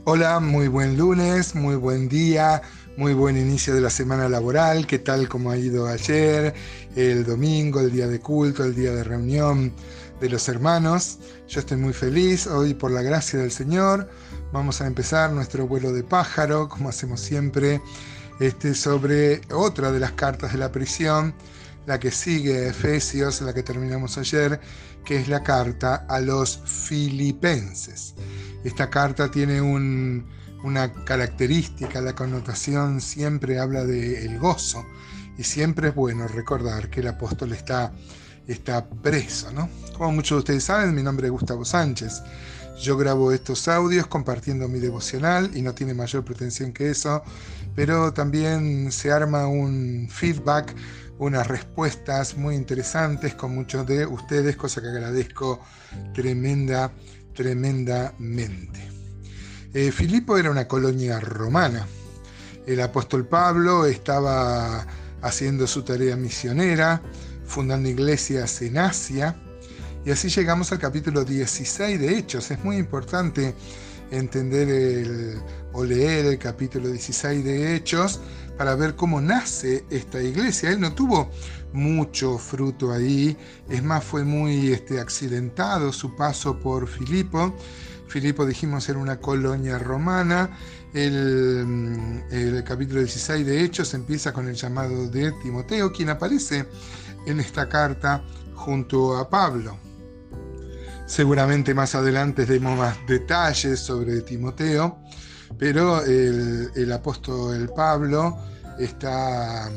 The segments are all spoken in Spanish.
Hola, muy buen lunes, muy buen día, muy buen inicio de la semana laboral. ¿Qué tal cómo ha ido ayer, el domingo, el día de culto, el día de reunión de los hermanos? Yo estoy muy feliz hoy por la gracia del Señor. Vamos a empezar nuestro vuelo de pájaro, como hacemos siempre, sobre otra de las cartas de la prisión, la que sigue a Efesios, la que terminamos ayer, que es la carta a los filipenses. Esta carta tiene una característica, la connotación siempre habla del gozo, y siempre es bueno recordar que el apóstol está preso, ¿no? Como muchos de ustedes saben, mi nombre es Gustavo Sánchez. Yo grabo estos audios compartiendo mi devocional y no tiene mayor pretensión que eso, pero también se arma un feedback, unas respuestas muy interesantes con muchos de ustedes, cosa que agradezco tremendamente. Filipo era una colonia romana. El apóstol Pablo estaba haciendo su tarea misionera, fundando iglesias en Asia, y así llegamos al capítulo 16 de Hechos. Es muy importante entender o leer el capítulo 16 de Hechos para ver cómo nace esta iglesia. Él no tuvo mucho fruto ahí, es más, fue muy accidentado su paso por Filipo. Filipo, dijimos, era una colonia romana. El capítulo 16 de Hechos empieza con el llamado de Timoteo, quien aparece en esta carta junto a Pablo. Seguramente más adelante demos más detalles sobre Timoteo, pero el apóstol Pablo está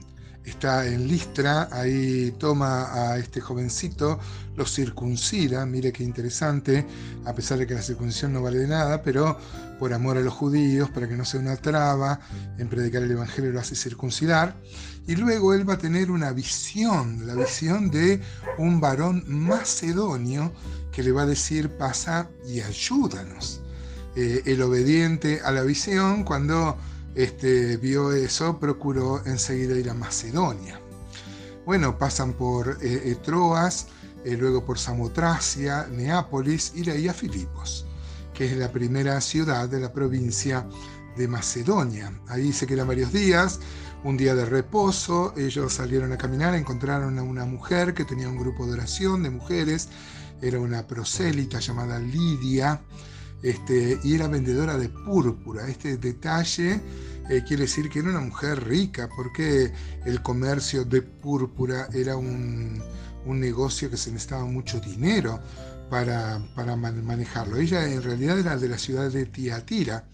en Listra, ahí toma a este jovencito, lo circuncida, mire qué interesante, a pesar de que la circuncisión no vale de nada, pero por amor a los judíos, para que no sea una traba en predicar el evangelio, lo hace circuncidar, y luego él va a tener una visión, la visión de un varón macedonio que le va a decir: pasa y ayúdanos. El obediente a la visión, cuando vio eso, procuró enseguida ir a Macedonia. Bueno, pasan por Troas, luego por Samotracia, Neápolis y de ahí a Filipos, que es la primera ciudad de la provincia de Macedonia. Ahí se quedan varios días, un día de reposo. Ellos salieron a caminar, encontraron a una mujer que tenía un grupo de oración de mujeres, era una prosélita llamada Lidia, y era vendedora de púrpura. Este detalle quiere decir que era una mujer rica, porque el comercio de púrpura era un negocio que se necesitaba mucho dinero para manejarlo. Ella en realidad era de la ciudad de Tiatira,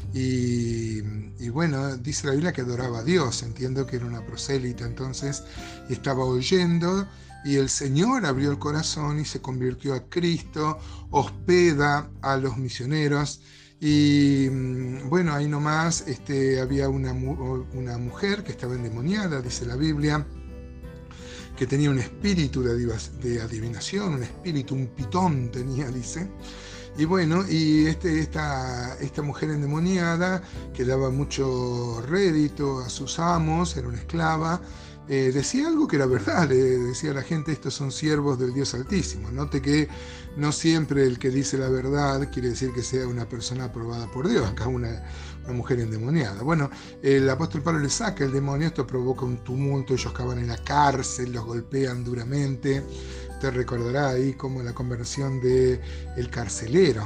y bueno, dice la Biblia que adoraba a Dios. Entiendo que era una prosélita entonces, y estaba oyendo, y el Señor abrió el corazón y se convirtió a Cristo, hospeda a los misioneros. Y bueno, ahí nomás había una mujer que estaba endemoniada, dice la Biblia, que tenía un espíritu de adivinación, un pitón tenía, dice. Y bueno, y esta mujer endemoniada, que daba mucho rédito a sus amos, era una esclava, decía algo que era verdad. Le decía a la gente: estos son siervos del Dios Altísimo. Note que no siempre el que dice la verdad quiere decir que sea una persona aprobada por Dios. Acá una mujer endemoniada. Bueno, el apóstol Pablo le saca el demonio, esto provoca un tumulto, ellos acaban en la cárcel, los golpean duramente. Usted recordará ahí como la conversión del carcelero.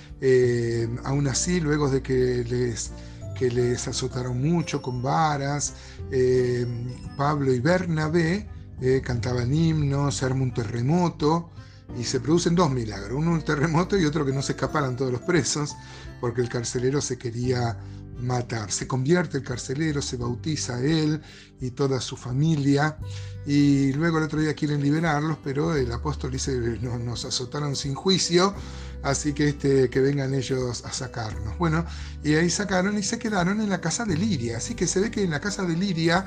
Aún así, luego de que les azotaron mucho con varas, Pablo y Bernabé cantaban himnos, se arma un terremoto y se producen dos milagros: uno, un terremoto, y otro, que no se escaparan todos los presos, porque el carcelero se quería matar. Se convierte el carcelero, se bautiza él y toda su familia, y luego el otro día quieren liberarlos, pero el apóstol dice: nos azotaron sin juicio, así que que vengan ellos a sacarnos. Bueno, y ahí sacaron y se quedaron en la casa de Lidia. Así que se ve que en la casa de Lidia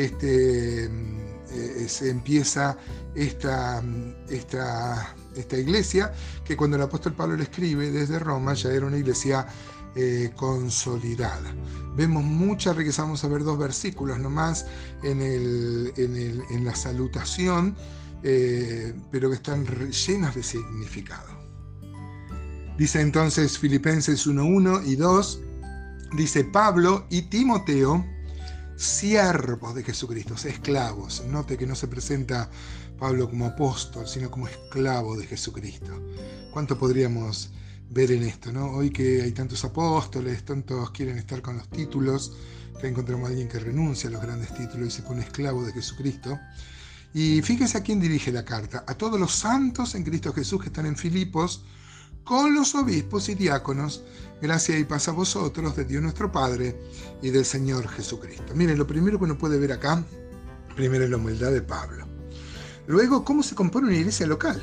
se empieza esta iglesia, que cuando el apóstol Pablo le escribe desde Roma ya era una iglesia consolidada. Vemos mucha riqueza. Vamos a ver dos versículos nomás en la salutación, pero que están llenos de significado. Dice entonces Filipenses 1:1 y 2, dice Pablo y Timoteo, siervos de Jesucristo, o sea, esclavos. Note que no se presenta Pablo como apóstol, sino como esclavo de Jesucristo. ¿Cuánto podríamos ver en esto, ¿no? Hoy que hay tantos apóstoles, tantos quieren estar con los títulos, que encontramos a alguien que renuncia a los grandes títulos y se pone esclavo de Jesucristo. Y fíjese a quién dirige la carta: a todos los santos en Cristo Jesús que están en Filipos, con los obispos y diáconos, gracia y paz a vosotros, de Dios nuestro Padre y del Señor Jesucristo. Miren, lo primero que uno puede ver acá, primero es la humildad de Pablo. Luego, cómo se compone una iglesia local.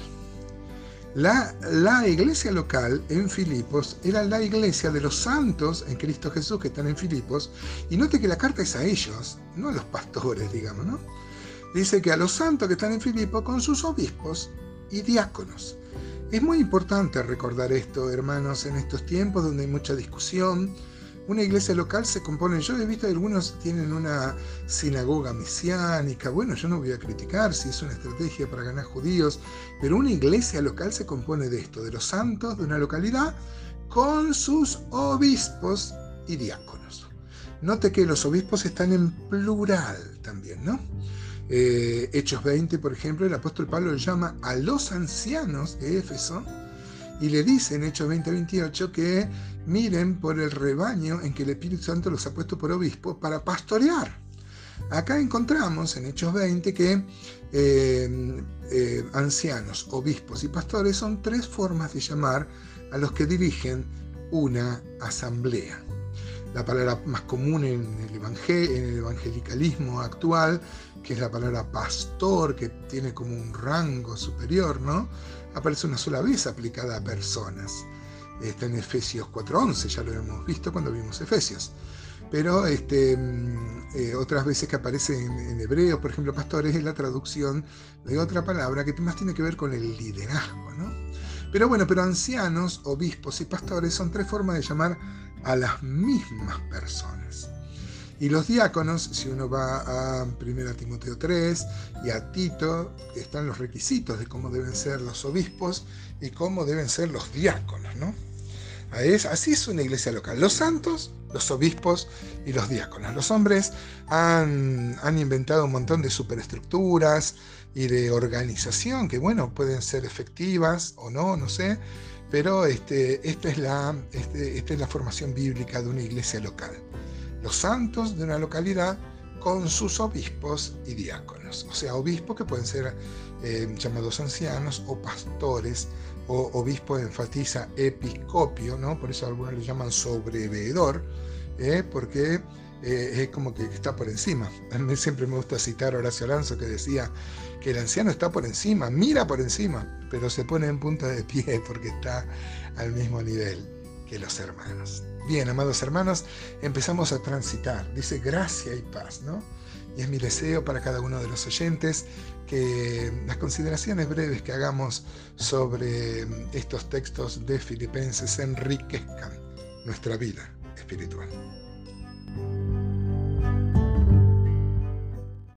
La iglesia local en Filipos era la iglesia de los santos en Cristo Jesús que están en Filipos, y note que la carta es a ellos, no a los pastores, digamos, ¿no? Dice que a los santos que están en Filipos con sus obispos y diáconos. Es muy importante recordar esto, hermanos, en estos tiempos donde hay mucha discusión. Una iglesia local se compone, yo he visto que algunos tienen una sinagoga mesiánica. Bueno, yo no voy a criticar si es una estrategia para ganar judíos, pero una iglesia local se compone de esto, de los santos de una localidad con sus obispos y diáconos. Note que los obispos están en plural también, ¿no? Hechos 20, por ejemplo, el apóstol Pablo llama a los ancianos de Éfeso y le dice en Hechos 20:28 que miren por el rebaño en que el Espíritu Santo los ha puesto por obispos para pastorear. Acá encontramos en Hechos 20 que ancianos, obispos y pastores son tres formas de llamar a los que dirigen una asamblea. La palabra más común en el evangelicalismo actual, que es la palabra pastor, que tiene como un rango superior, ¿no? Aparece una sola vez aplicada a personas. Está en Efesios 4:11, ya lo hemos visto cuando vimos Efesios. Pero otras veces que aparece en hebreo, por ejemplo, pastores, es la traducción de otra palabra que más tiene que ver con el liderazgo, ¿no? Pero bueno, ancianos, obispos y pastores son tres formas de llamar a las mismas personas. Y los diáconos, si uno va a 1 Timoteo 3 y a Tito, están los requisitos de cómo deben ser los obispos y cómo deben ser los diáconos, ¿no? Así es una iglesia local: los santos, los obispos y los diáconos. Los hombres han inventado un montón de superestructuras y de organización que, bueno, pueden ser efectivas o no, no sé, pero esta es la formación bíblica de una iglesia local. Los santos de una localidad con sus obispos y diáconos. O sea, obispos que pueden ser llamados ancianos o pastores, o obispo enfatiza episcopio, ¿no? Por eso algunos le llaman sobreveedor, porque es como que está por encima. A mí siempre me gusta citar a Horacio Alonso, que decía que el anciano está por encima, mira por encima, pero se pone en punta de pie porque está al mismo nivel que los hermanos. Bien, amados hermanos, empezamos a transitar. Dice gracia y paz, ¿no? Y es mi deseo para cada uno de los oyentes que las consideraciones breves que hagamos sobre estos textos de Filipenses enriquezcan nuestra vida espiritual.